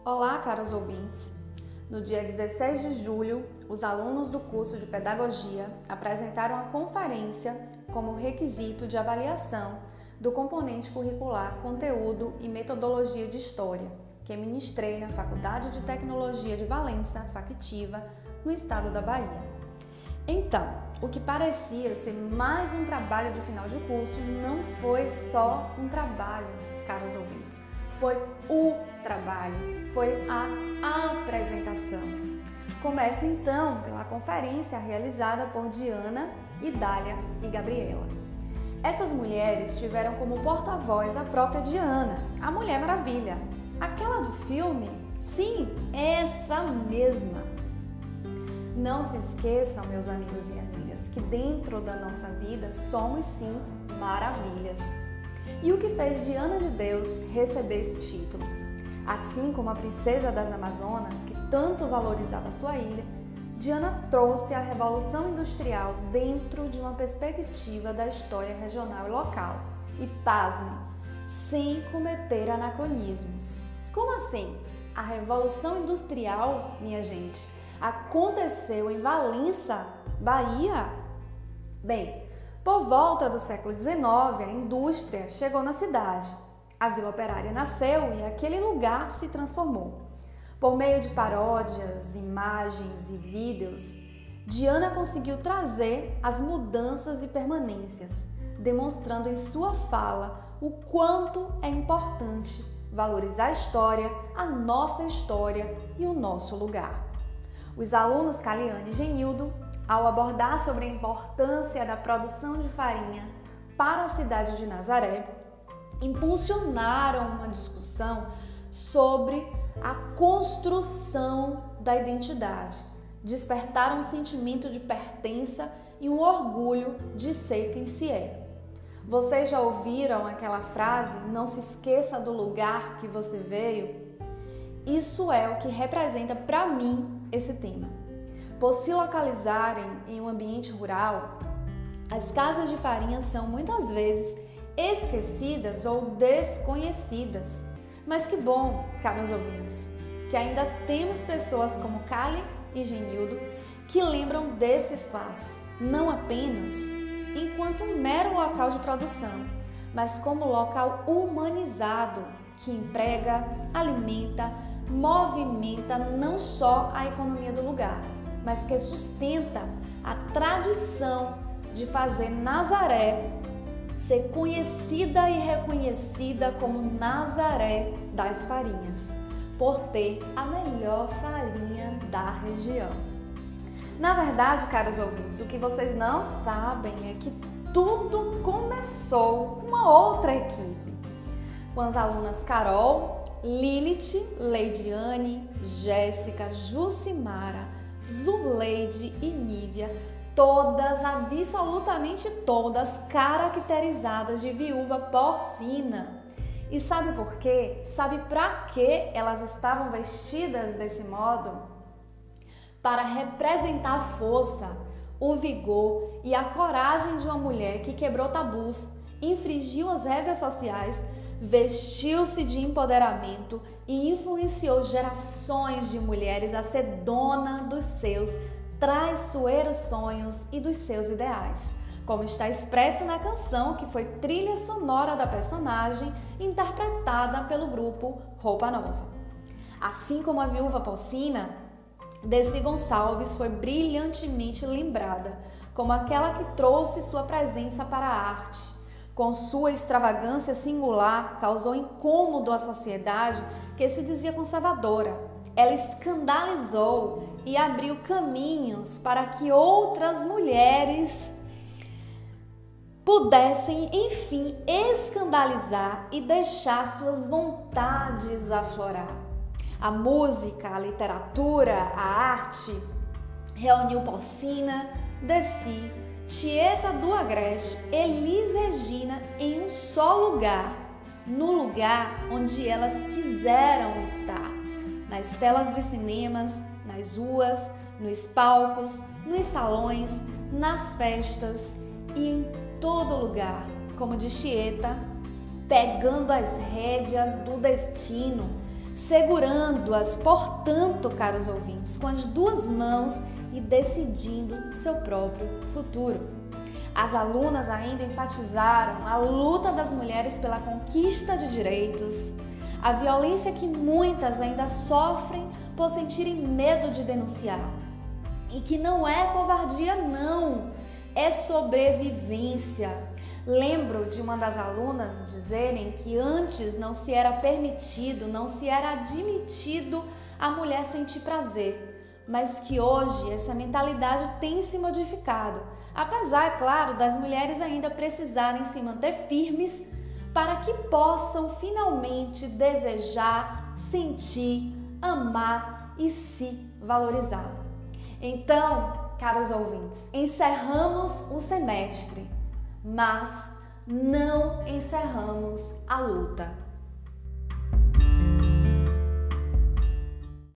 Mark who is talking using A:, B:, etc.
A: Olá, caros ouvintes! No dia 16 de julho, os alunos do curso de Pedagogia apresentaram a conferência como requisito de avaliação do componente curricular Conteúdo e Metodologia de História, que ministrei na Faculdade de Tecnologia de Valença, Factiva, no estado da Bahia. Então, o que parecia ser mais um trabalho de final de curso não foi só um trabalho, caros ouvintes. Foi o trabalho, foi a apresentação. Começo então pela conferência realizada por Diana, Idália e Gabriela. Essas mulheres tiveram como porta-voz a própria Diana, a Mulher Maravilha. Aquela do filme? Sim, essa mesma. Não se esqueçam, meus amigos e amigas, que dentro da nossa vida somos sim maravilhas. E o que fez Diana de Deus receber esse título? Assim como a princesa das Amazonas, que tanto valorizava sua ilha, Diana trouxe a Revolução Industrial dentro de uma perspectiva da história regional e local. E pasme, sem cometer anacronismos. Como assim? A Revolução Industrial, minha gente, aconteceu em Valença, Bahia? Bem, por volta do século XIX, a indústria chegou na cidade. A Vila Operária nasceu e aquele lugar se transformou. Por meio de paródias, imagens e vídeos, Diana conseguiu trazer as mudanças e permanências, demonstrando em sua fala o quanto é importante valorizar a história, a nossa história e o nosso lugar. Os alunos Caliane e Genildo, ao abordar sobre a importância da produção de farinha para a cidade de Nazaré, impulsionaram uma discussão sobre a construção da identidade, despertaram um sentimento de pertença e um orgulho de ser quem se é. Vocês já ouviram aquela frase, não se esqueça do lugar que você veio? Isso é o que representa para mim esse tema. Por se localizarem em um ambiente rural, as casas de farinha são muitas vezes esquecidas ou desconhecidas. Mas que bom, caros ouvintes, que ainda temos pessoas como Cali e Genildo que lembram desse espaço, não apenas enquanto um mero local de produção, mas como local humanizado que emprega, alimenta, movimenta não só a economia do lugar, mas que sustenta a tradição de fazer Nazaré ser conhecida e reconhecida como Nazaré das Farinhas, por ter a melhor farinha da região. Na verdade, caros ouvintes, o que vocês não sabem é que tudo começou com uma outra equipe, com as alunas Carol, Lilith, Leidiane, Jéssica, Jucimara, Zuleide e Nívia, todas, absolutamente todas, caracterizadas de viúva porcina. E sabe por quê? Sabe para que elas estavam vestidas desse modo? Para representar a força, o vigor e a coragem de uma mulher que quebrou tabus, infringiu as regras sociais, vestiu-se de empoderamento e influenciou gerações de mulheres a ser dona dos seus traiçoeiros sonhos e dos seus ideais, como está expresso na canção que foi trilha sonora da personagem interpretada pelo grupo Roupa Nova. Assim como a viúva porcina, Desi Gonçalves foi brilhantemente lembrada como aquela que trouxe sua presença para a arte. Com sua extravagância singular, causou incômodo à sociedade que se dizia conservadora. Ela escandalizou e abriu caminhos para que outras mulheres pudessem, enfim, escandalizar e deixar suas vontades aflorar. A música, a literatura, a arte reuniu Porcina, Desi, Tieta do Agreste, Elis Regina em um só lugar, no lugar onde elas quiseram estar, nas telas dos cinemas, nas ruas, nos palcos, nos salões, nas festas e em todo lugar, como diz Tieta, pegando as rédeas do destino, segurando-as, portanto, caros ouvintes, com as duas mãos e decidindo seu próprio futuro. As alunas ainda enfatizaram a luta das mulheres pela conquista de direitos, a violência que muitas ainda sofrem por sentirem medo de denunciar. E que não é covardia, não, é sobrevivência. Lembro de uma das alunas dizerem que antes não se era permitido, não se era admitido a mulher sentir prazer, mas que hoje essa mentalidade tem se modificado, apesar, é claro, das mulheres ainda precisarem se manter firmes para que possam finalmente desejar, sentir, amar e se valorizar. Então, caros ouvintes, encerramos o semestre, mas não encerramos a luta.